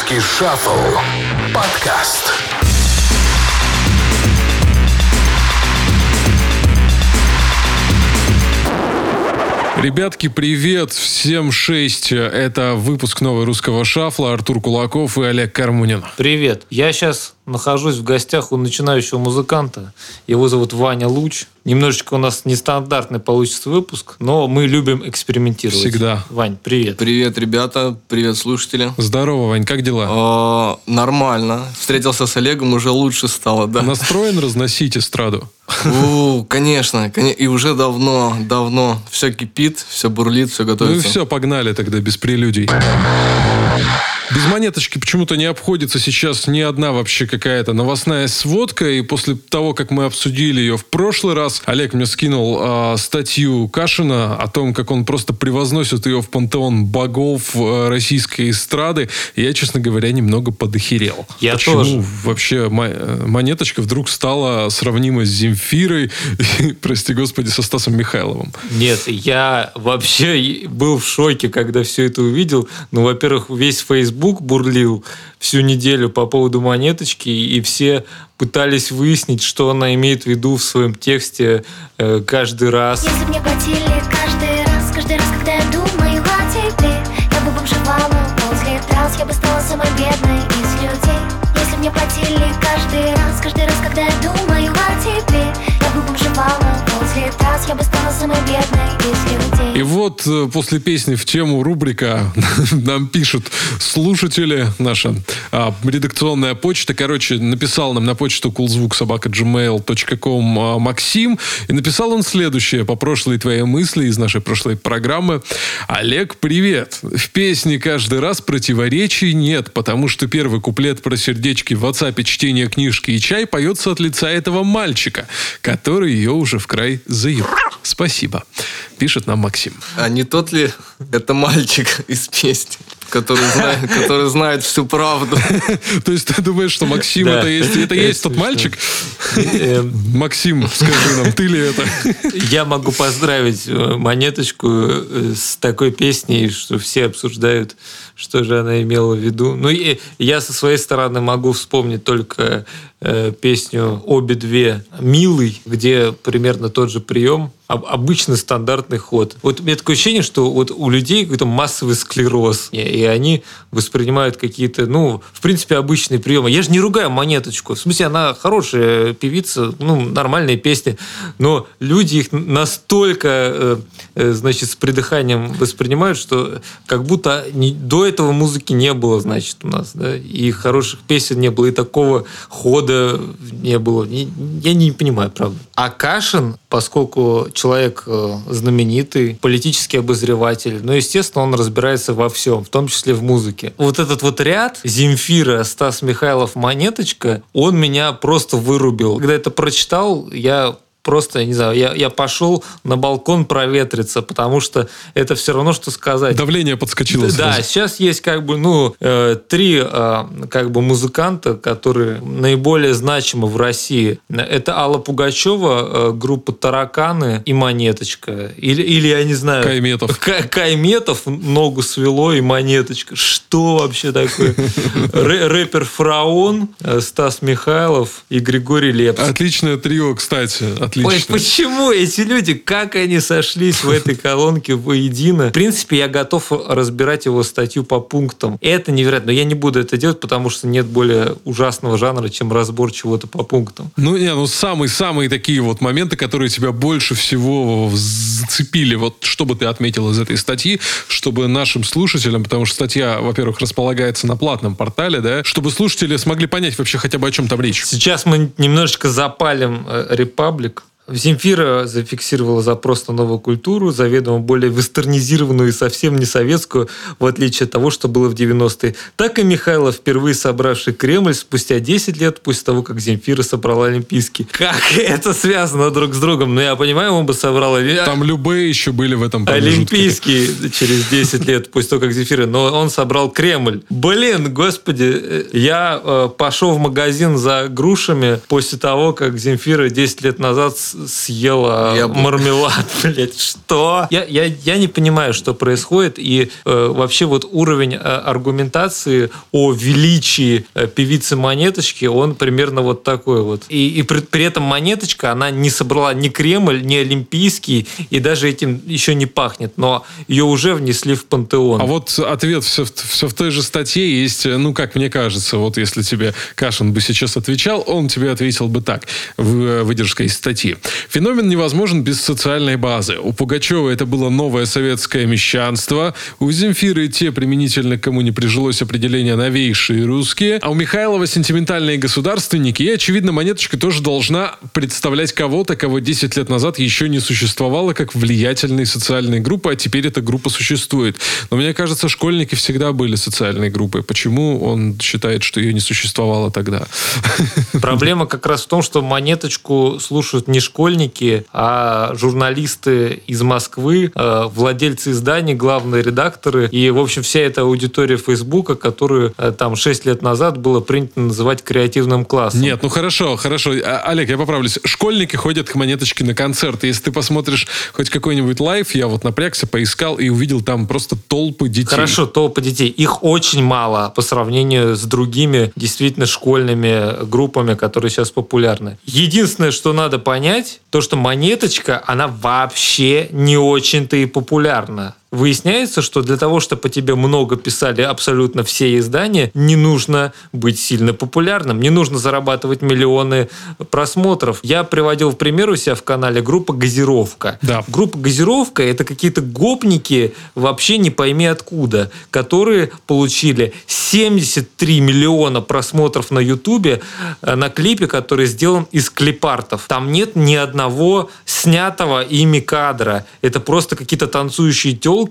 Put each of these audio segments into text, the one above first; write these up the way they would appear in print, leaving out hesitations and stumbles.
Русский шафл. Подкаст. Ребятки, привет! Всем 6. Это выпуск нового русского шафла. Артур Кулаков и Олег Кармунин. Привет. Я сейчас нахожусь в гостях у начинающего музыканта. Его зовут Ваня Луч. Немножечко у нас нестандартный получится выпуск, но мы любим экспериментировать. Всегда. Вань, привет. Привет, ребята. Привет, слушатели. Здорово, Вань, как дела? Нормально. Встретился с Олегом, уже лучше стало, да. Настроен разносить эстраду? Конечно. И уже давно. Все кипит, все бурлит, все готовится. Ну и все, погнали тогда, без прелюдий. Без монеточки почему-то не обходится сейчас ни одна вообще какая-то новостная сводка. И после того, как мы обсудили ее в прошлый раз, Олег мне скинул статью Кашина о том, как он просто превозносит ее в пантеон богов российской эстрады. И я, честно говоря, немного подохерел. Почему тоже. Вообще монеточка вдруг стала сравнима с Земфирой и, прости господи, со Стасом Михайловым? Нет, я вообще был в шоке, когда все это увидел. Ну, во-первых, весь Facebook бурлил всю неделю по поводу монеточки, и все пытались выяснить, что она имеет в виду в своем тексте каждый раз. Если мне платили каждый раз, когда я думаю о тебе, я бы бомжевала возле трасс, я бы стала самой бедной из людей. Если мне платили каждый раз, когда я думаю о тебе, я бы бомжевала возле трасс, я бы стала самой бедной из людей. И вот после песни в тему рубрика нам пишут слушатели, наша редакционная почта. Короче, написал нам на почту coolzvuk@gmail.com Максим. И написал он следующее по прошлой твоей мысли из нашей прошлой программы. Олег, привет. В песне каждый раз противоречий нет, потому что первый куплет про сердечки в WhatsApp, чтение книжки и чай поется от лица этого мальчика, который ее уже в край заебал. Спасибо. Пишет нам Максим. А не тот ли это мальчик из песни, который знает всю правду? То есть ты думаешь, что Максим это есть тот мальчик? Максим, скажи нам, ты ли это? Я могу поздравить монеточку с такой песней, что все обсуждают, что же она имела в виду. Ну, и я со своей стороны могу вспомнить только песню «Обе две» «Милый», где примерно тот же прием, обычный стандартный ход. Вот у меня такое ощущение, что вот у людей какой-то массовый склероз, и они воспринимают какие-то, в принципе, обычные приемы. Я же не ругаю монеточку. В смысле, она хорошая певица, нормальные песни, но люди их настолько, с придыханием воспринимают, что как будто до этого музыки не было, значит, у нас, да, и хороших песен не было, и такого хода не было. Я не понимаю, правда. А Кашин, поскольку человек знаменитый, политический обозреватель, естественно, он разбирается во всем, в том числе в музыке. Вот этот вот ряд Земфира, Стас Михайлов, монеточка, он меня просто вырубил. Когда это прочитал, я пошел на балкон проветриться, потому что это все равно, что сказать. Давление подскочило сразу. Да, сейчас есть три музыканта, которые наиболее значимы в России. Это Алла Пугачева, группа «Тараканы» и «Монеточка». Или я не знаю... Кайметов. Кайметов, ногу свело и «Монеточка». Что вообще такое? Рэпер «Фараон», Стас Михайлов и Григорий Лепс. Отличное трио, кстати. Отлично. Ой, почему эти люди, как они сошлись в этой колонке воедино? В принципе, я готов разбирать его статью по пунктам. Это невероятно. Но я не буду это делать, потому что нет более ужасного жанра, чем разбор чего-то по пунктам. Самые такие вот моменты, которые тебя больше всего зацепили. Вот что бы ты отметил из этой статьи, чтобы нашим слушателям, потому что статья, во-первых, располагается на платном портале, да, чтобы слушатели смогли понять вообще хотя бы, о чем там речь. Сейчас мы немножечко запалим Репаблик. Земфира зафиксировала запрос на новую культуру, заведомо более вестернизированную и совсем не советскую, в отличие от того, что было в 90-е. Так и Михайлов, впервые собравший Кремль спустя 10 лет после того, как Земфира собрала Олимпийский. Как это связано друг с другом? Я понимаю, он бы собрал... Там любые еще были в этом промежутке. Олимпийский через 10 лет после того, как Земфира... Но он собрал Кремль. Господи, я пошел в магазин за грушами после того, как Земфира 10 лет назад съела мармелад, блядь, что? Я не понимаю, что происходит, и вообще вот уровень аргументации о величии певицы Монеточки, он примерно вот такой вот. И при этом Монеточка, она не собрала ни Кремль, ни Олимпийский, и даже этим еще не пахнет, но ее уже внесли в пантеон. А вот ответ все в той же статье есть, ну, как мне кажется, вот если тебе Кашин бы сейчас отвечал, он тебе ответил бы так, выдержка из статьи. Феномен невозможен без социальной базы. У Пугачевой это было новое советское мещанство, у Земфиры те, применительно к кому не прижилось определение, новейшие русские, а у Михайлова сентиментальные государственники, и, очевидно, Монеточка тоже должна представлять кого-то, кого 10 лет назад еще не существовало, как влиятельные социальные группы, а теперь эта группа существует. Но мне кажется, школьники всегда были социальной группой. Почему он считает, что ее не существовало тогда? Проблема как раз в том, что Монеточку слушают не школьники, а журналисты из Москвы, владельцы изданий, главные редакторы и, в общем, вся эта аудитория Фейсбука, которую там 6 лет назад было принято называть креативным классом. Нет, ну хорошо. Олег, я поправлюсь. Школьники ходят к Монеточке на концерты. Если ты посмотришь хоть какой-нибудь лайв, я вот напрягся, поискал и увидел там просто толпы детей. Хорошо, толпы детей. Их очень мало по сравнению с другими действительно школьными группами, которые сейчас популярны. Единственное, что надо понять, то, что Монеточка, она вообще не очень-то и популярна. Выясняется, что для того, чтобы о тебе много писали абсолютно все издания, не нужно быть сильно популярным, не нужно зарабатывать миллионы просмотров. Я приводил в пример у себя в канале группа «Газировка». Да. Группа «Газировка» — это какие-то гопники, вообще не пойми откуда, которые получили 73 миллиона просмотров на Ютубе на клипе, который сделан из клипартов. Там нет ни одного снятого ими кадра. Это просто какие-то танцующие тёлки,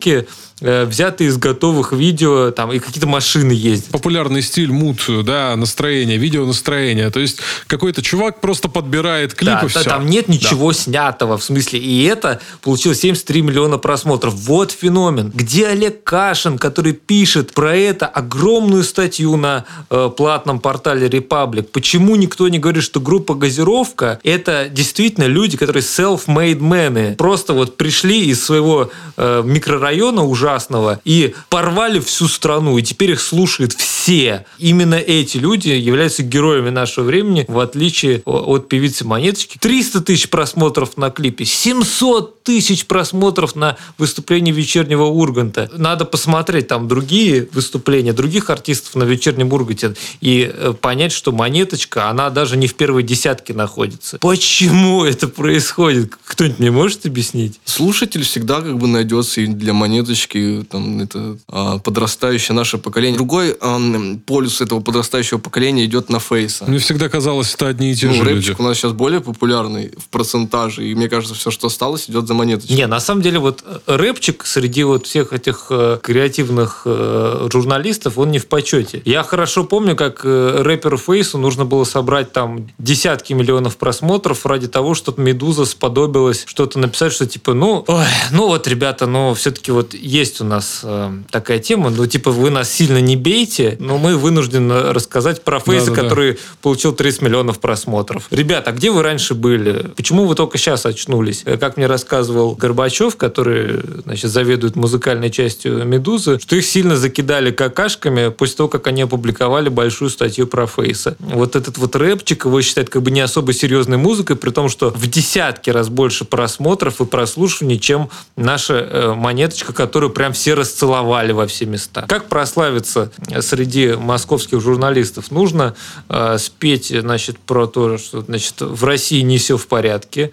взятые из готовых видео, там и какие-то машины ездят. Популярный стиль, муд, да, настроение, видеонастроение. То есть какой-то чувак просто подбирает клип и все. Там нет ничего снятого, в смысле. И это получилось 73 миллиона просмотров. Вот феномен. Где Олег Кашин, который пишет про это огромную статью на платном портале Republic? Почему никто не говорит, что группа «Газировка» — это действительно люди, которые self-made men. Просто вот пришли из своего микрорайона ужасного и порвали всю страну, и теперь их слушают все. Именно эти люди являются героями нашего времени, в отличие от певицы Монеточки. 300 тысяч просмотров на клипе, 700 тысяч просмотров на выступлении «Вечернего Урганта». Надо посмотреть там другие выступления других артистов на «Вечернем Урганте» и понять, что Монеточка, она даже не в первой десятке находится. Почему это происходит? Кто-нибудь мне может объяснить? Слушатель всегда как бы найдется и для Монеточки, там, это подрастающее наше поколение. Другой полюс этого подрастающего поколения идет на Фейса. Мне всегда казалось, это одни и те же люди. Рэпчик у нас сейчас более популярный в процентаже, и мне кажется, все, что осталось, идет за Монеточкой. Не, на самом деле, вот рэпчик среди вот всех этих креативных журналистов, он не в почете. Я хорошо помню, как рэперу Фейсу нужно было собрать там десятки миллионов просмотров ради того, чтобы «Медуза» сподобилась что-то написать, что типа, ну вот, ребята, все-таки вот есть у нас такая тема, типа вы нас сильно не бейте, но мы вынуждены рассказать про Фейса, который получил 30 миллионов просмотров. Ребята, а где вы раньше были? Почему вы только сейчас очнулись? Как мне рассказывал Горбачев, который, значит, заведует музыкальной частью «Медузы», что их сильно закидали какашками после того, как они опубликовали большую статью про Фейса. Вот этот вот рэпчик его считают как бы не особо серьезной музыкой, при том, что в десятки раз больше просмотров и прослушиваний, чем наша Монеточка, которую прям все расцеловали во все места. Как прославиться среди московских журналистов? Нужно спеть, значит, про то, что, значит, в России не все в порядке,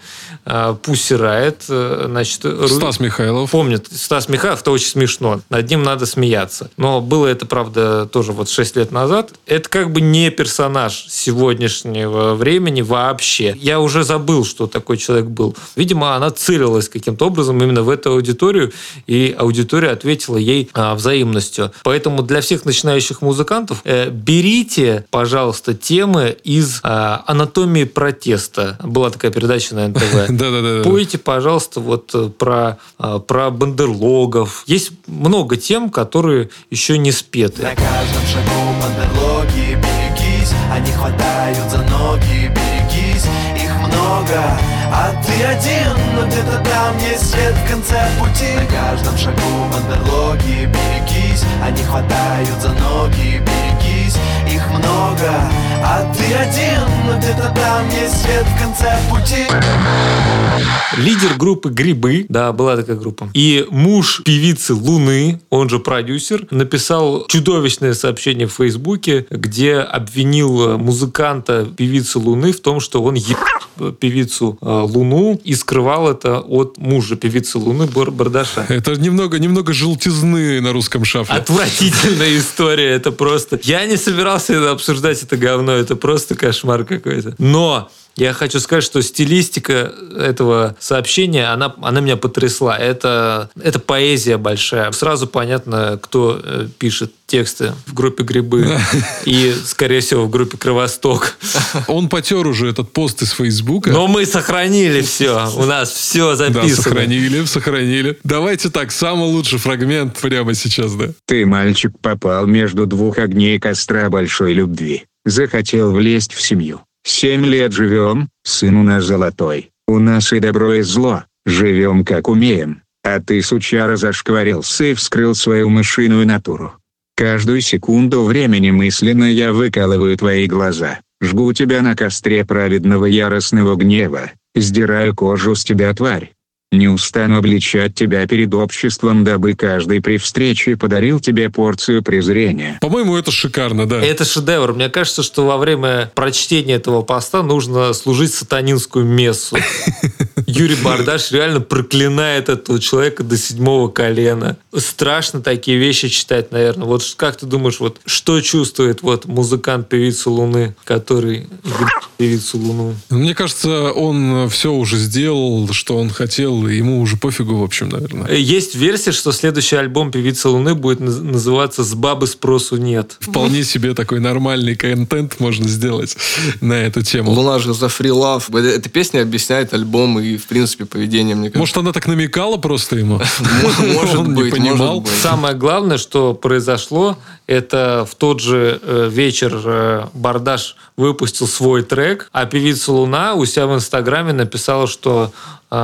Pussy Riot, значит... Стас Михайлов. Помнит, Стас Михайлов, это очень смешно. Над ним надо смеяться. Но было это, правда, тоже вот 6 лет назад. Это как бы не персонаж сегодняшнего времени вообще. Я уже забыл, что такой человек был. Видимо, она целилась каким-то образом именно в эту аудиторию, и аудитория ответила ей взаимностью. Поэтому для всех начинающих музыкантов берите, пожалуйста, темы из «Анатомии протеста». Была такая передача на НТВ. Да. Пойте, пожалуйста, вот про бандерлогов. Есть много тем, которые еще не спеты. На каждом шагу бандерлоги, береги берегись, они хватают за ноги, берегись, их много, а ты один, но где-то там есть свет в конце пути. На каждом шагу бандерлоги, берегись, они хватают за ноги, берегись, их много, а ты один, но где-то там есть свет в конце пути. Лидер группы «Грибы», да, была такая группа, и муж певицы Луны, он же продюсер, написал чудовищное сообщение в Фейсбуке, где обвинил музыканта певицы Луны в том, что он певицу Луну и скрывал это от мужа певицы Луны Бардаша. Это немного желтизны на русском шафле. Отвратительная история, это просто... Я не собирался обсуждать это говно, это просто кошмар какой-то. Но я хочу сказать, что стилистика этого сообщения, она меня потрясла. Это поэзия большая. Сразу понятно, кто пишет тексты в группе «Грибы» и, скорее всего, в группе «Кровосток». Он потер уже этот пост из Фейсбука. Но мы сохранили все. У нас все записано. Да, сохранили. Давайте так, самый лучший фрагмент прямо сейчас, да. Ты, мальчик, попал между двух огней костра большой любви. Захотел влезть в семью. 7 лет живем, сын у нас золотой. У нас и добро, и зло. Живем как умеем. А ты, сучара, зашкварился и вскрыл свою мышиную натуру. Каждую секунду времени мысленно я выкалываю твои глаза. Жгу тебя на костре праведного яростного гнева. Сдираю кожу с тебя, тварь. Не устану обличать тебя перед обществом, дабы каждый при встрече подарил тебе порцию презрения. По-моему, это шикарно, да. Это шедевр. Мне кажется, что во время прочтения этого поста нужно служить сатанинскую мессу. Юрий Бардаш реально проклинает этого человека до 7-го колена. Страшно такие вещи читать, наверное. Вот как ты думаешь, вот что чувствует вот музыкант певицы Луны, который певицу Луну? Мне кажется, он все уже сделал, что он хотел, и ему уже пофигу, в общем, наверное. Есть версия, что следующий альбом певицы Луны будет называться «С бабы спросу нет». Вполне себе такой нормальный контент можно сделать на эту тему. Луна же за free love. Эта песня объясняет альбом и, в принципе, поведение, мне кажется. Может, она так намекала просто ему? Может быть, понимал. может быть. Самое главное, что произошло, это в тот же вечер Бардаш выпустил свой трек, а певица Луна у себя в Инстаграме написала, что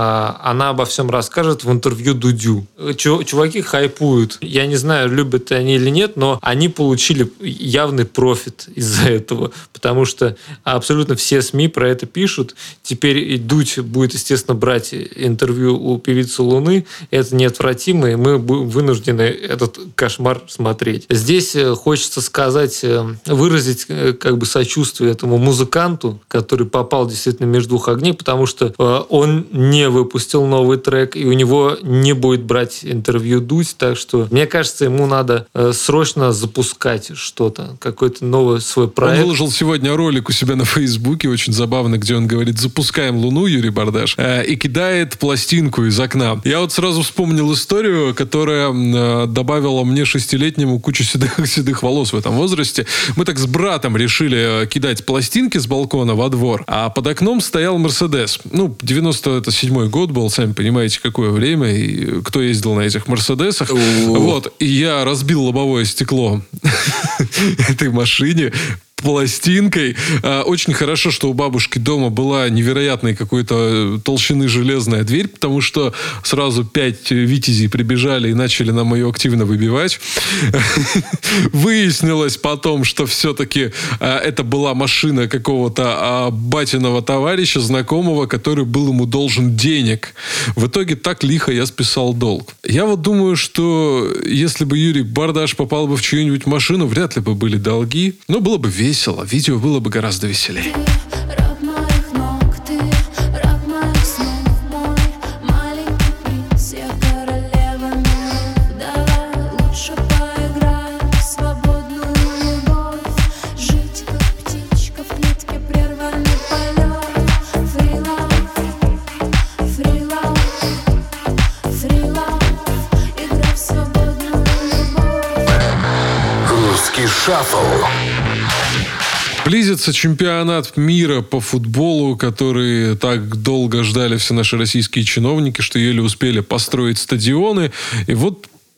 она обо всем расскажет в интервью Дудю. Чуваки хайпуют. Я не знаю, любят они или нет, но они получили явный профит из-за этого, потому что абсолютно все СМИ про это пишут. Теперь Дудь будет, естественно, брать интервью у певицы Луны. Это неотвратимо, и мы вынуждены этот кошмар смотреть. Здесь хочется сказать, выразить как бы сочувствие этому музыканту, который попал действительно между двух огней, потому что он не выпустил новый трек, и у него не будет брать интервью Дудь, так что, мне кажется, ему надо срочно запускать что-то, какой-то новый свой проект. Он выложил сегодня ролик у себя на Фейсбуке, очень забавный, где он говорит: запускаем Луну, Юрий Бардаш, и кидает пластинку из окна. Я вот сразу вспомнил историю, которая добавила мне 6-летнему кучу седых волос в этом возрасте. Мы так с братом решили кидать пластинки с балкона во двор, а под окном стоял Мерседес. 97-й год был, сами понимаете, какое время, и кто ездил на этих Мерседесах. Вот, и я разбил лобовое стекло этой машине пластинкой. Очень хорошо, что у бабушки дома была невероятной какой-то толщины железная дверь, потому что сразу 5 витязей прибежали и начали нам ее активно выбивать. Выяснилось потом, что все-таки это была машина какого-то батиного товарища, знакомого, который был ему должен денег. В итоге так лихо я списал долг. Я вот думаю, что если бы Юрий Бардаш попал бы в чью-нибудь машину, вряд ли бы были долги, но было бы весело. Видео было бы гораздо веселее. Раб моих ног, ты раб моих снов, мой маленький принц, я королева миров. Давай лучше поиграем в свободную любовь. Жить как птичка в клетке, прерванный полет. Free love, free love, free love. Игра в свободную любовь. Русский шафл. Близится чемпионат мира по футболу, который так долго ждали все наши российские чиновники, что еле успели построить стадионы. И вот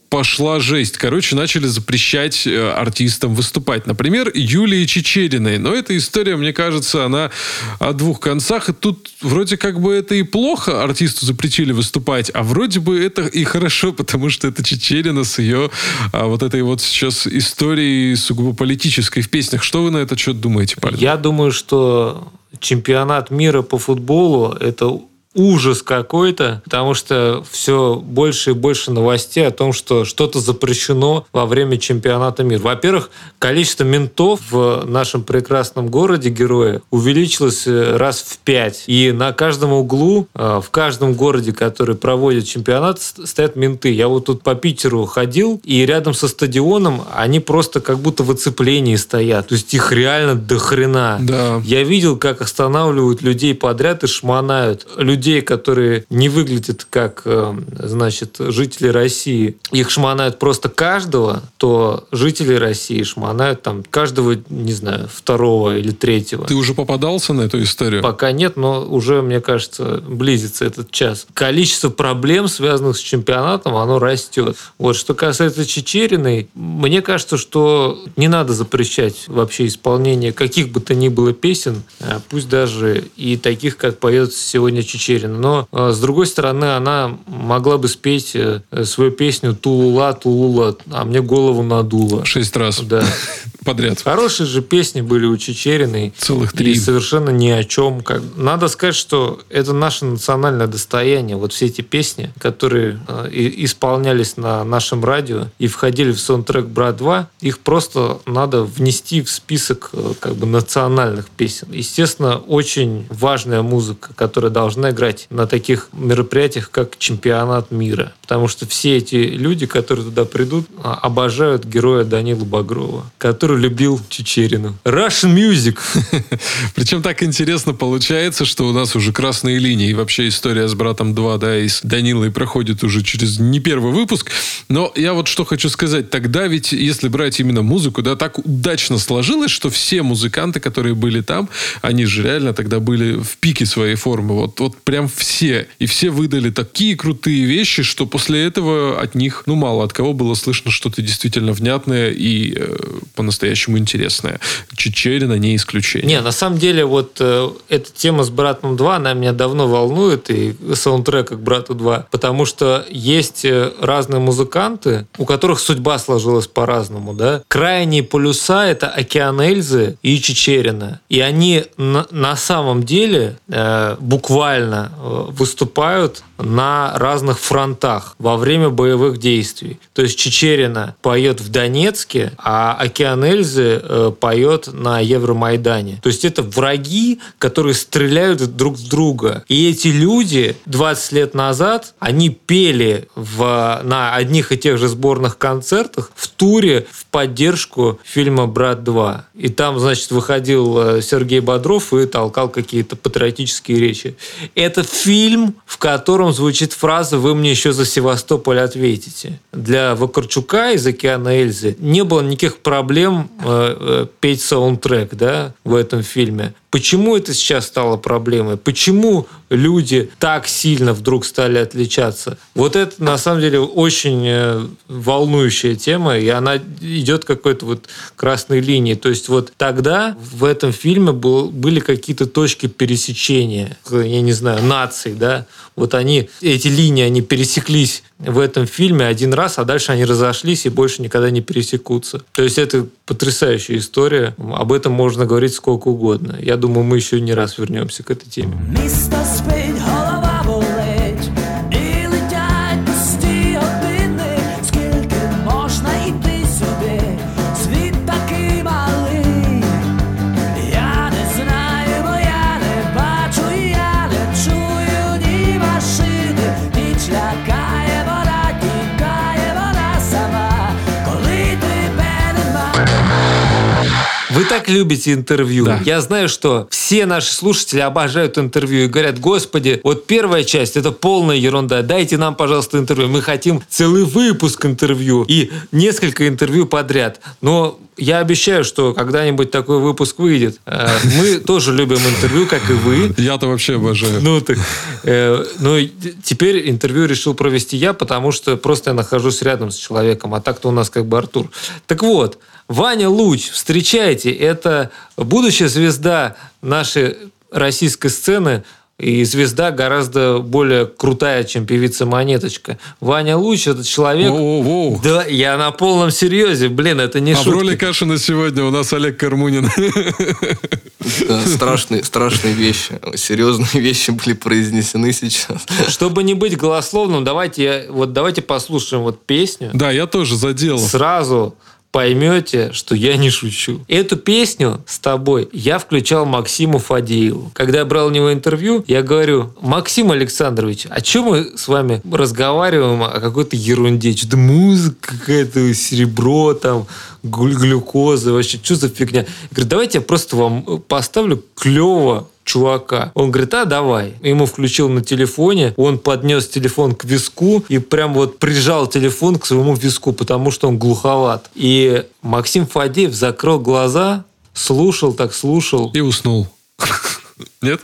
пошла жесть. Короче, начали запрещать артистам выступать. Например, Юлии Чичериной. Но эта история, мне кажется, она о двух концах. И тут вроде как бы это и плохо, артисту запретили выступать, а вроде бы это и хорошо, потому что это Чичерина с ее вот этой вот сейчас историей сугубо политической в песнях. Что вы на этот счет думаете, парни? Я думаю, что чемпионат мира по футболу – это ужас какой-то, потому что все больше и больше новостей о том, что что-то запрещено во время чемпионата мира. Во-первых, количество ментов в нашем прекрасном городе героя увеличилось раз в 5. И на каждом углу, в каждом городе, который проводит чемпионат, стоят менты. Я вот тут по Питеру ходил, и рядом со стадионом они просто как будто в оцеплении стоят. То есть их реально до хрена. Да. Я видел, как останавливают людей подряд и шмонают. Людей, которые не выглядят как, значит, жители России, их шмонают просто каждого, то жители России шмонают там каждого, не знаю, второго или третьего. Ты уже попадался на эту историю? Пока нет, но уже, мне кажется, близится этот час. Количество проблем, связанных с чемпионатом, оно растет. Вот, что касается Чичериной, мне кажется, что не надо запрещать вообще исполнение каких бы то ни было песен, пусть даже и таких, как поет сегодня Чичерина. Но, с другой стороны, она могла бы спеть свою песню «Тулула, Тулула», а мне голову надуло. 6 раз. Да. Подряд. Хорошие же песни были у Чичериной. Целых 3. И совершенно ни о чем. Надо сказать, что это наше национальное достояние. Вот все эти песни, которые исполнялись на нашем радио и входили в саундтрек «Брат 2», их просто надо внести в список как бы национальных песен. Естественно, очень важная музыка, которая должна играть на таких мероприятиях, как чемпионат мира. Потому что все эти люди, которые туда придут, обожают героя Данилу Багрова, который любил Чичерину. Russian music. Причем так интересно получается, что у нас уже красные линии. И вообще история с «Братом 2», да, и с Данилой проходит уже через не первый выпуск. Но я вот что хочу сказать. Тогда ведь, если брать именно музыку, да, так удачно сложилось, что все музыканты, которые были там, они же реально тогда были в пике своей формы. Вот прям все. И все выдали такие крутые вещи, что после этого от них, мало от кого было слышно что-то действительно внятное и по-настоящему интересное. Чичерина не исключение. Не, на самом деле, вот эта тема с «Братом 2», она меня давно волнует, и саундтрек к «Брату 2», потому что есть разные музыканты, у которых судьба сложилась по-разному, да. Крайние полюса – это «Океан Эльзы» и Чичерина. И они на самом деле буквально выступают на разных фронтах во время боевых действий. То есть Чичерина поет в Донецке, а «Океан Эльзы» поет на Евромайдане. То есть это враги, которые стреляют друг в друга. И эти люди 20 лет назад, они пели на одних и тех же сборных концертах в туре в поддержку фильма «Брат 2». И там, значит, выходил Сергей Бодров и толкал какие-то патриотические речи. Это фильм, в котором звучит фраза «Вы мне еще за Севастополь ответите». Для Вакарчука из «Океана Эльзы» не было никаких проблем петь саундтрек, да, в этом фильме. Почему это сейчас стало проблемой? Почему люди так сильно вдруг стали отличаться? Вот это, на самом деле, очень волнующая тема, и она идет какой-то вот красной линией. То есть вот тогда в этом фильме были какие-то точки пересечения, я не знаю, наций, да? Вот эти линии, они пересеклись в этом фильме один раз, а дальше они разошлись и больше никогда не пересекутся. То есть это потрясающая история. Об этом можно говорить сколько угодно. Я думаю, мы еще не раз вернемся к этой теме. Вы так любите интервью. Да. Я знаю, что все наши слушатели обожают интервью и говорят: господи, вот первая часть – это полная ерунда. Дайте нам, пожалуйста, интервью. Мы хотим целый выпуск интервью и несколько интервью подряд. Но я обещаю, что когда-нибудь такой выпуск выйдет. Мы тоже любим интервью, как и вы. Я-то вообще обожаю. Теперь интервью решил провести я, потому что просто я нахожусь рядом с человеком, а так-то у нас как бы Артур. Так вот, Ваня Луч, встречайте, это будущая звезда нашей российской сцены, и звезда гораздо более крутая, чем певица Монеточка. Ваня Луч – это человек... Воу-воу-воу. Да, я на полном серьезе. Блин, это не шутки. А в роли Кашина сегодня у нас Олег Кармунин. Да, страшные вещи. Серьезные вещи были произнесены сейчас. Чтобы не быть голословным, давайте послушаем вот песню. Да, я тоже задел. Сразу поймете, что я не шучу. Эту песню с тобой я включал Максиму Фадееву. Когда я брал у него интервью, я говорю: Максим Александрович, о чем мы с вами разговариваем, о какой-то ерунде? Что-то музыка какая-то, серебро, там, глюкоза, вообще, что за фигня? Я говорю: давайте я просто вам поставлю клевого чувака. Он говорит: а давай. Ему включил на телефоне, он поднес телефон к виску и прям вот прижал телефон к своему виску, потому что он глуховат. И Максим Фадеев закрыл глаза, слушал. И уснул. Нет?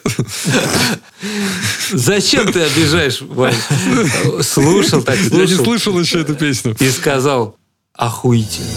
Зачем ты обижаешь, Вань? Слушал. Я не слышал еще эту песню. И сказал: охуительно.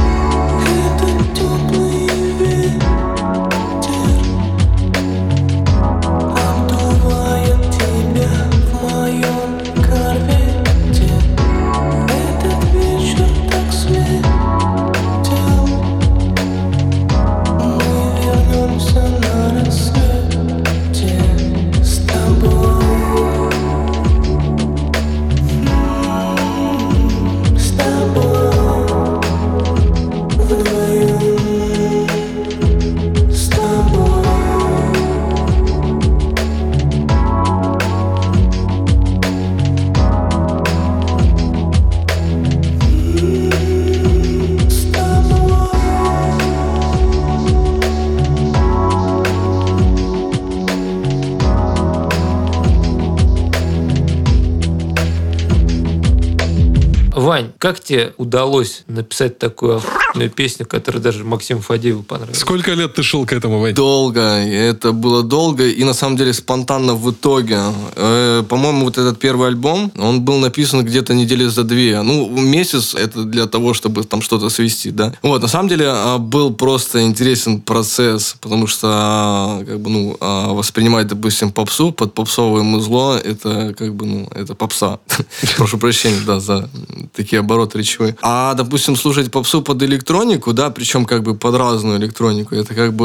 Вань, как тебе удалось написать такую охуенную песню, которая даже Максиму Фадееву понравилась? Сколько лет ты шел к этому, Вань? Долго. Это было долго и, на самом деле, спонтанно в итоге. По-моему, вот этот первый альбом, он был написан где-то недели за 2. Месяц это для того, чтобы там что-то свести, да. Вот, на самом деле, был просто интересен процесс, потому что, воспринимать, допустим, попсу под попсовое музло, это, это попса. Прошу прощения, да, за такие обороты речевые. А, допустим, слушать попсу под электронику, да, причем под разную электронику,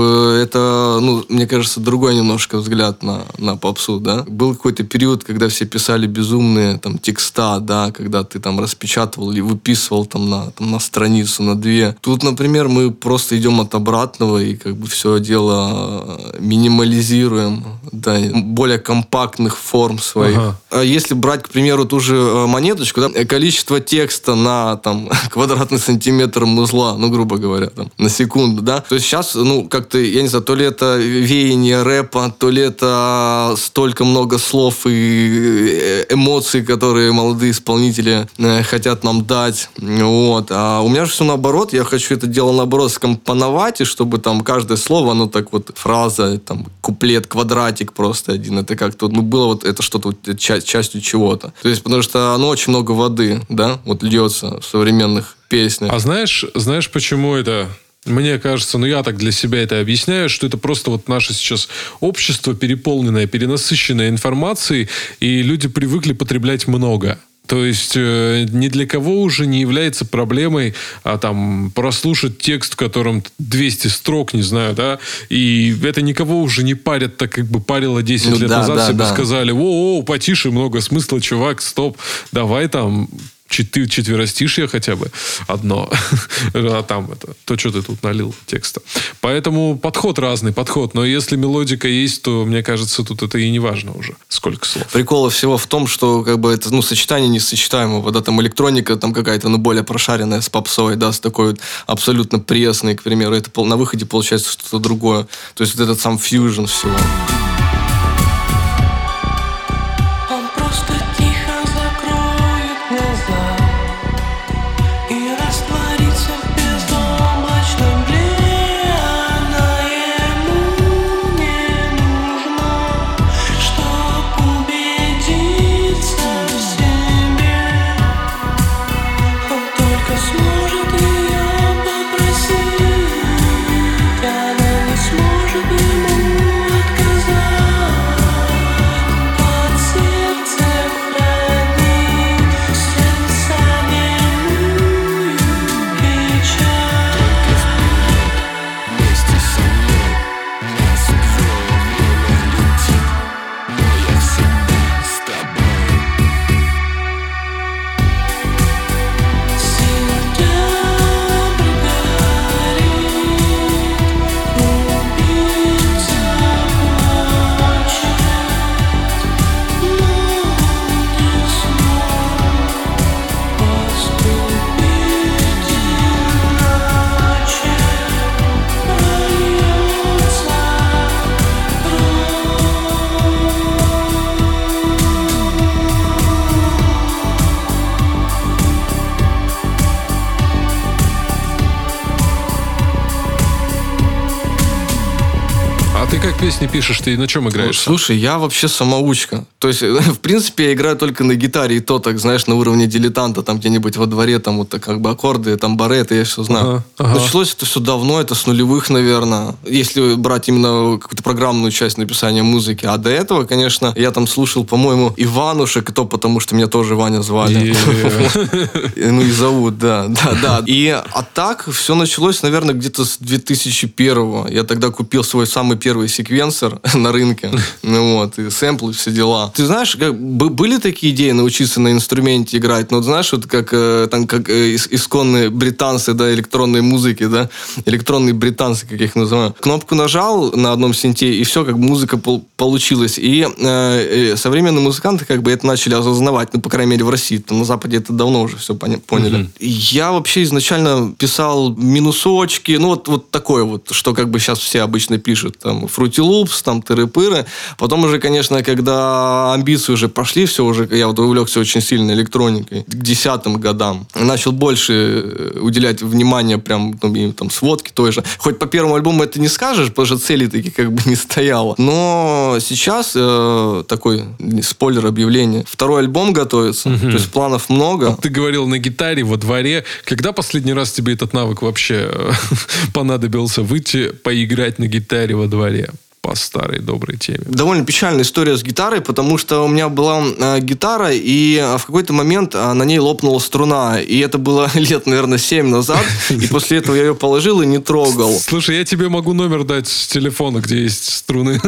это мне кажется, другой немножко взгляд на попсу, да. Был какой-то период, когда все писали безумные там текста, да, когда ты там распечатывал или выписывал на страницу, на 2. Тут, например, мы просто идем от обратного и все дело минимализируем, да, более компактных форм своих. Ага. Если брать, к примеру, ту же Монеточку, да, количество текста на квадратный сантиметр музла, грубо говоря, на секунду, да. То есть сейчас, как-то, я не знаю, то ли это веяние рэпа, то ли это столько много слов и эмоций, которые молодые исполнители хотят нам дать. Вот. А у меня же все наоборот. Я хочу это дело, наоборот, скомпоновать, и чтобы каждое слово, оно так вот, фраза, куплет, квадратик просто один. Это как-то, было вот это что-то частью чего-то. То есть, потому что оно очень много воды, да, вот льется в современных песнях. А знаешь, почему это? Мне кажется, я так для себя это объясняю, что это просто вот наше сейчас общество переполненное, перенасыщенное информацией, и люди привыкли потреблять много. То есть ни для кого уже не является проблемой прослушать текст, в котором 200 строк, не знаю, да, и это никого уже не парит, так как бы парило 10 лет назад, все бы сказали: о, потише, много смысла, чувак, стоп, давай четверостишье хотя бы одно, а то, что ты тут налил текста. Поэтому подход разный, но если мелодика есть, то, мне кажется, тут это и не важно уже, сколько слов. Прикол всего в том, что это сочетание несочетаемого, да, электроника какая-то, более прошаренная с попсой, да, с такой вот абсолютно пресной, к примеру, это на выходе получается что-то другое. То есть вот этот сам фьюжн всего. Раствориться в безоблачном ты как песни пишешь? Ты на чем играешь? Слушай, я вообще самоучка. То есть, в принципе, я играю только на гитаре, и то так, знаешь, на уровне дилетанта, там где-нибудь во дворе, там вот так, как бы аккорды, там бареты, я все знаю. Началось это все давно, это с нулевых, наверное, если брать именно какую-то программную часть написания музыки. А до этого, конечно, я там слушал, по-моему, Иванушек, и то потому, что меня тоже Ваня звали. Ну и зовут, да. А так все началось, наверное, где-то с 2001-го. Я тогда купил свой самый первый секвенсор на рынке. И сэмплы, все дела. Ты знаешь, были такие идеи научиться на инструменте играть, но знаешь, вот как исконные британцы, да, электронной музыки, да, электронные британцы, как я их называю. Кнопку нажал на одном синте, и все, как музыка получилась. И современные музыканты как бы это начали осознавать, ну, по крайней мере, в России. На Западе это давно уже все поняли. Я вообще изначально писал минусочки, ну, вот такое вот, что как бы сейчас все обычно пишут, там, Fruity Loops, там, тыры-пыры. Потом уже, конечно, когда амбиции уже пошли, все уже, я вот увлекся очень сильно электроникой. К 10-м годам начал больше уделять внимание прям, там, сводке той же. Хоть по первому альбому это не скажешь, потому что цели такие как бы не стояло. Но сейчас такой спойлер объявление. Второй альбом готовится, то есть планов много. Ты говорил на гитаре во дворе. Когда последний раз тебе этот навык вообще понадобился? Выйти поиграть на гитаре во дворе? По старой доброй теме. Довольно печальная история с гитарой, потому что у меня была гитара, и в какой-то момент на ней лопнула струна. И это было лет, наверное, 7 назад. И после этого я ее положил и не трогал. Слушай, я тебе могу номер дать с телефона, где есть струны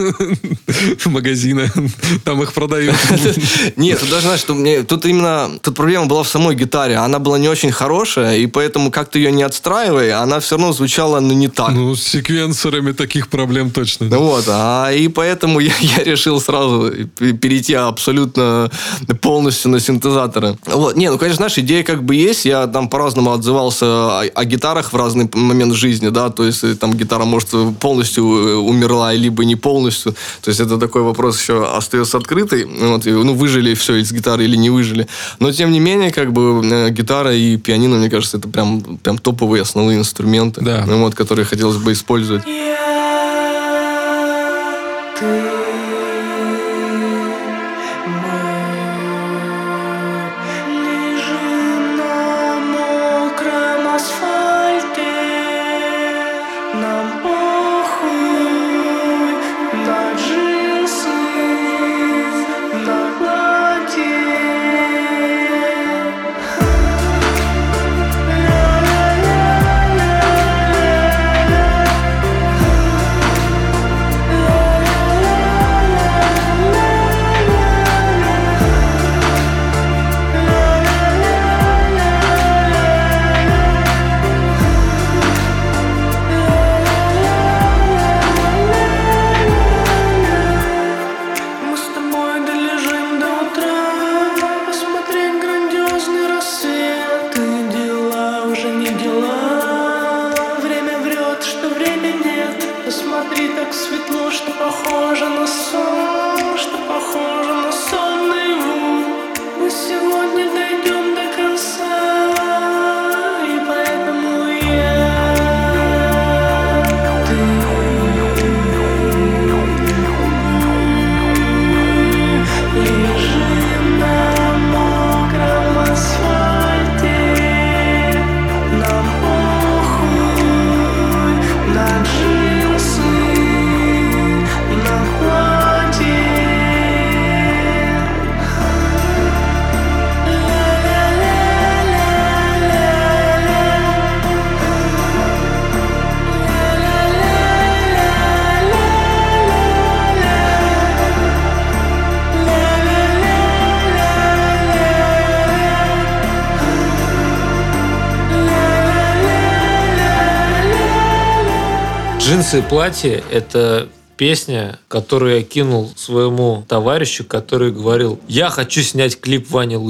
магазина. Там их продают. Нет, ты даже знаешь, что тут проблема была в самой гитаре. Она была не очень хорошая, и поэтому как ты ее не отстраивай, она все равно звучала, не так. Ну, с секвенсорами таких проблем точно. И поэтому я решил сразу перейти абсолютно полностью на синтезаторы. Конечно, знаешь, идея как бы есть. Я там по-разному отзывался о гитарах в разный момент жизни, да, то есть там гитара, может, полностью умерла, либо не полностью. То есть это такой вопрос еще остается открытый. Выжили все из гитары или не выжили. Но, тем не менее, как бы гитара и пианино, мне кажется, это прям топовые основные инструменты, да. Которые хотелось бы использовать. «Джинсы и платье» — это песня, которую я кинул своему товарищу, который говорил: я хочу снять клип Ване Лучу.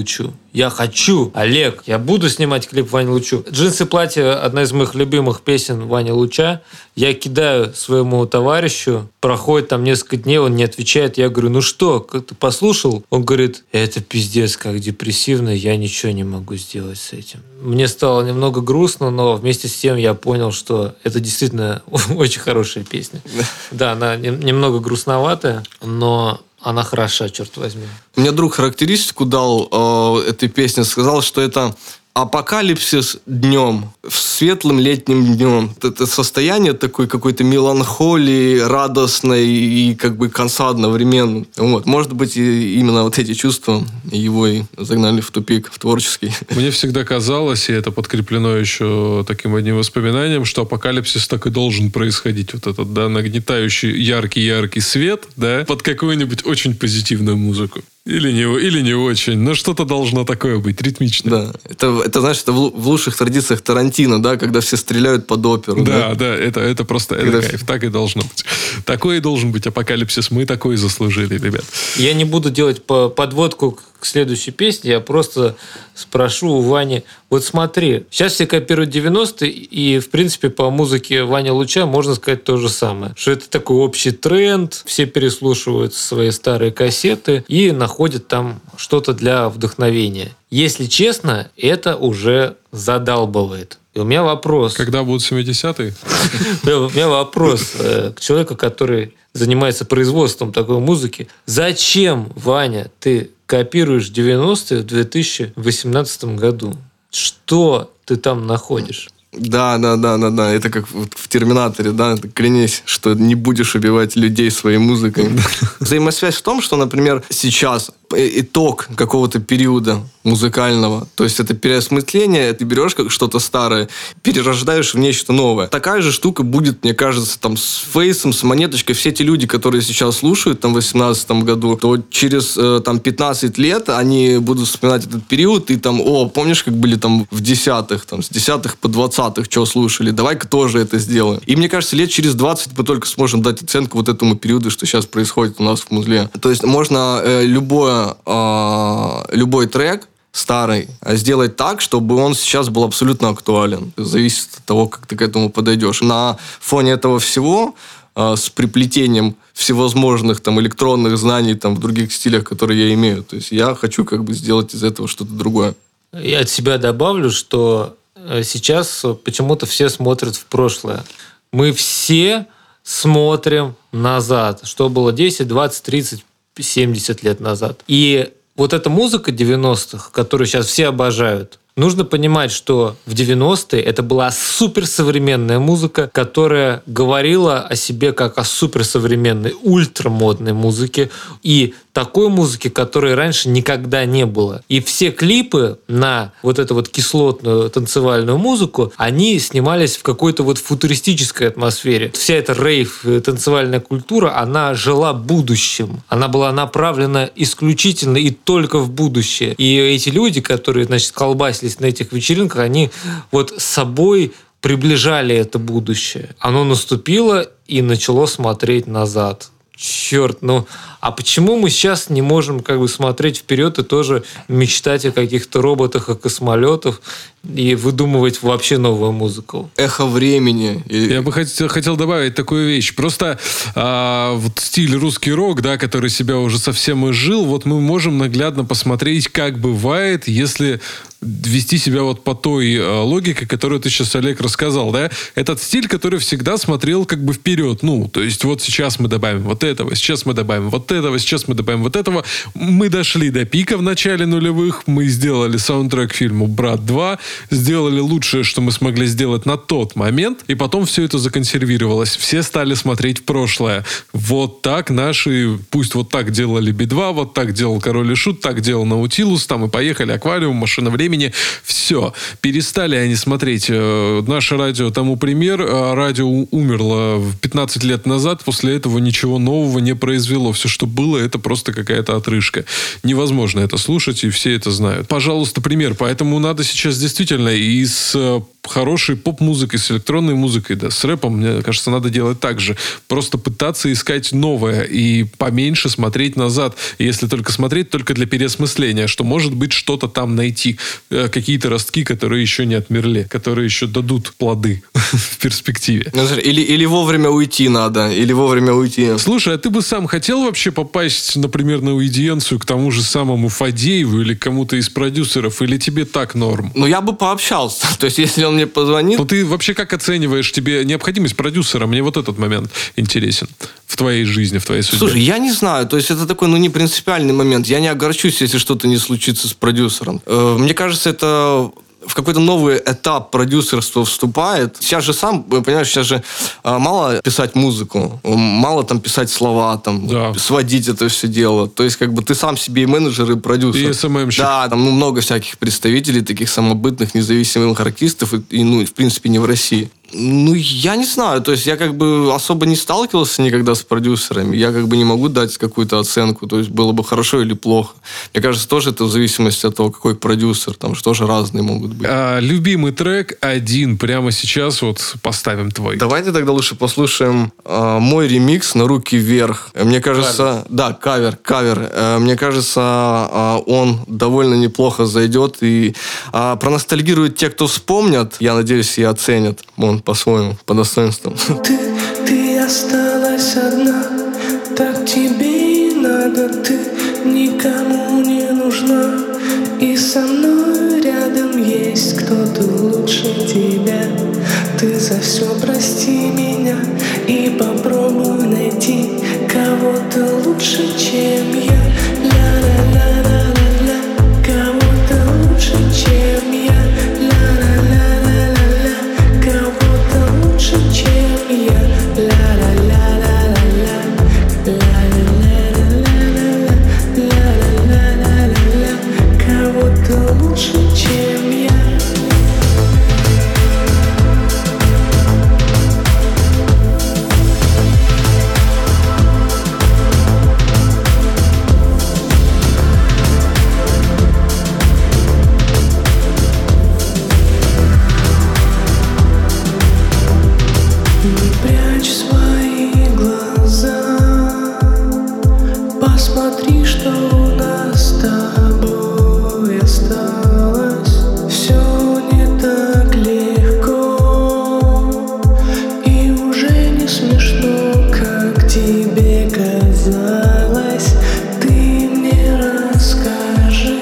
я хочу, Олег, я буду снимать клип Ване Лучу. «Джинсы платье» – одна из моих любимых песен Вани Луча. Я кидаю своему товарищу, проходит там несколько дней, он не отвечает. Я говорю, ну что, как ты послушал? Он говорит, это пиздец, как депрессивно, я ничего не могу сделать с этим. Мне стало немного грустно, но вместе с тем я понял, что это действительно очень хорошая песня. Да, она немного грустноватая, но она хороша, черт возьми. Мне друг характеристику дал этой песне, сказал, что это апокалипсис днем, светлым летним днем. Это состояние такой какой-то меланхолии, радостной и как бы конца одновременно. Вот. Может быть, и именно вот эти чувства его и загнали в тупик, в творческий. Мне всегда казалось, и это подкреплено еще таким одним воспоминанием, что апокалипсис так и должен происходить. Вот этот, да, нагнетающий яркий-яркий свет, да, под какую-нибудь очень позитивную музыку. Или не очень, но что-то должно такое быть, ритмичное. Да, это знаешь, это в лучших традициях Тарантино, да, когда все стреляют под оперу. Да, это просто это кайф, так и должно быть. Такой и должен быть апокалипсис, мы такой заслужили, ребят. Я не буду делать подводку к следующей песне, я просто спрошу у Вани, вот смотри, сейчас все копируют 90-е, и, в принципе, по музыке Вани Луча можно сказать то же самое, что это такой общий тренд, все переслушивают свои старые кассеты и находят там что-то для вдохновения. Если честно, это уже задалбывает. И у меня вопрос. Когда будут 70-е? У меня вопрос к человеку, который занимается производством такой музыки. Зачем, Ваня, ты копируешь 90-е в 2018 году? Что ты там находишь? Да. Это как в «Терминаторе», да? Ты клянись, что не будешь убивать людей своей музыкой. Взаимосвязь в том, что, например, сейчас итог какого-то периода музыкального, то есть это переосмысление, ты берешь как что-то старое, перерождаешь в нечто новое. Такая же штука будет, мне кажется, там с Фейсом, с Монеточкой. Все эти люди, которые сейчас слушают там в 2018 году, то через там 15 лет они будут вспоминать этот период и там, помнишь, как были там в 10-х, там с 10-х по 20-х, что слушали, давай-ка тоже это сделаем. И мне кажется, лет через 20 мы только сможем дать оценку вот этому периоду, что сейчас происходит у нас в музле. То есть можно любой трек старый сделать так, чтобы он сейчас был абсолютно актуален. Зависит от того, как ты к этому подойдешь. На фоне этого всего с приплетением всевозможных там электронных знаний там в других стилях, которые я имею. То есть я хочу как бы сделать из этого что-то другое. Я от себя добавлю, что сейчас почему-то все смотрят в прошлое. Мы все смотрим назад. Что было 10, 20, 30, 70 лет назад. И вот эта музыка 90-х, которую сейчас все обожают, нужно понимать, что в 90-е это была суперсовременная музыка, которая говорила о себе как о суперсовременной, ультрамодной музыке и такой музыки, которой раньше никогда не было. И все клипы на вот эту вот кислотную танцевальную музыку, они снимались в какой-то вот футуристической атмосфере. Вся эта рейв-танцевальная культура, она жила будущим. Она была направлена исключительно и только в будущее. И эти люди, которые, значит, колбасились на этих вечеринках, они вот с собой приближали это будущее. Оно наступило и начало смотреть назад. Черт, а почему мы сейчас не можем как бы смотреть вперед и тоже мечтать о каких-то роботах и космолетах и выдумывать вообще новую музыку? Эхо времени. Я бы хотел добавить такую вещь. Просто вот стиль русский рок, да, который себя уже совсем изжил, вот мы можем наглядно посмотреть, как бывает, если вести себя вот по той логике, которую ты сейчас, Олег, рассказал, да? Этот стиль, который всегда смотрел как бы вперед. То есть вот сейчас мы добавим вот этого, сейчас мы добавим вот этого, сейчас мы добавим вот этого. Мы дошли до пика в начале нулевых, мы сделали саундтрек к фильму «Брат 2», сделали лучшее, что мы смогли сделать на тот момент, и потом все это законсервировалось. Все стали смотреть в прошлое. Вот так наши, пусть вот так делали Би-2, вот так делал Король и Шут, так делал Наутилус, там и поехали, Аквариум, Машина времени. Все. Перестали они смотреть. Наше радио тому пример. Радио умерло 15 лет назад, после этого ничего нового не произвело. Все, что было, это просто какая-то отрыжка. Невозможно это слушать, и все это знают. Пожалуйста, пример. Поэтому надо сейчас действительно из хорошей поп-музыкой, с электронной музыкой, да, с рэпом, мне кажется, надо делать так же. Просто пытаться искать новое и поменьше смотреть назад. И если только смотреть, только для переосмысления, что может быть что-то там найти. Какие-то ростки, которые еще не отмерли, которые еще дадут плоды в перспективе. Или вовремя уйти надо, или вовремя уйти. Слушай, а ты бы сам хотел вообще попасть, например, на аудиенцию к тому же самому Фадееву или кому-то из продюсеров, или тебе так норм? Ну, я бы пообщался. То есть, если он мне позвонит... Ну, ты вообще как оцениваешь тебе необходимость продюсера? Мне вот этот момент интересен в твоей жизни, в твоей судьбе. Слушай, я не знаю. То есть, это такой, не принципиальный момент. Я не огорчусь, если что-то не случится с продюсером. Мне кажется, это... в какой-то новый этап продюсерства вступает. Сейчас же понимаешь, сейчас же мало писать музыку, мало там писать слова, там, сводить это все дело. То есть, как бы ты сам себе и менеджер, и продюсер. И СММщик. Да, там много всяких представителей, таких самобытных, независимых артистов, и в принципе, не в России. Я не знаю. То есть, я как бы особо не сталкивался никогда с продюсерами. Я как бы не могу дать какую-то оценку. То есть, было бы хорошо или плохо. Мне кажется, тоже это в зависимости от того, какой продюсер. Там же тоже разные могут быть. Любимый трек один прямо сейчас вот поставим твой. Давайте тогда лучше послушаем мой ремикс на «Руки вверх». Мне кажется... Да, кавер. Мне кажется, он довольно неплохо зайдет. И проностальгируют те, кто вспомнят. Я надеюсь, и оценят. Он по-своему, по достоинству. Ты осталась одна, так тебе и надо. Ты никому не нужна, и со мной рядом есть кто-то лучше тебя. Ты за все прости меня и попробуй найти кого-то лучше, чем я. Ля-ля-ля-ля-ля-ля, кого-то лучше, чем я. Посмотри, что у нас с тобой осталось. Все не так легко, и уже не смешно, как тебе казалось. Ты мне расскажи,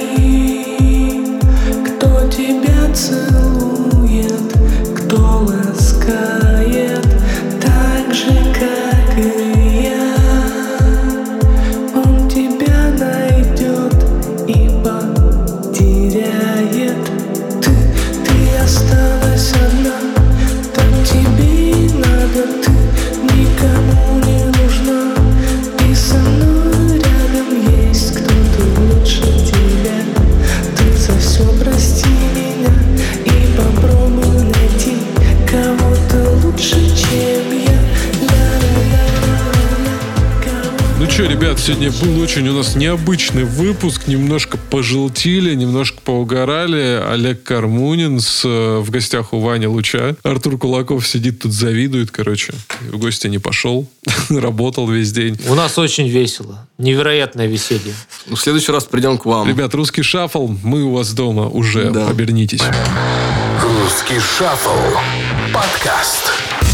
кто тебя целует, кто ласкает так же, как и я. Найдет и потеряет. Ты осталась одна, так тебе и надо. Ты никому не нужна, и со мной рядом есть кто-то лучше тебя. Ты за все прости меня и попробуй найти кого-то лучше, чем я. Ну что, ребят, сегодня был очень у нас необычный выпуск. Немножко пожелтили, немножко поугорали. Олег Кармунин в гостях у Вани Луча. Артур Кулаков сидит тут, завидует, короче. В гости не пошел. Работал весь день. У нас очень весело. Невероятное веселье. В следующий раз придем к вам. Ребят, «Русский шаффл». Мы у вас дома уже. Да. Обернитесь. «Русский шаффл». Подкаст.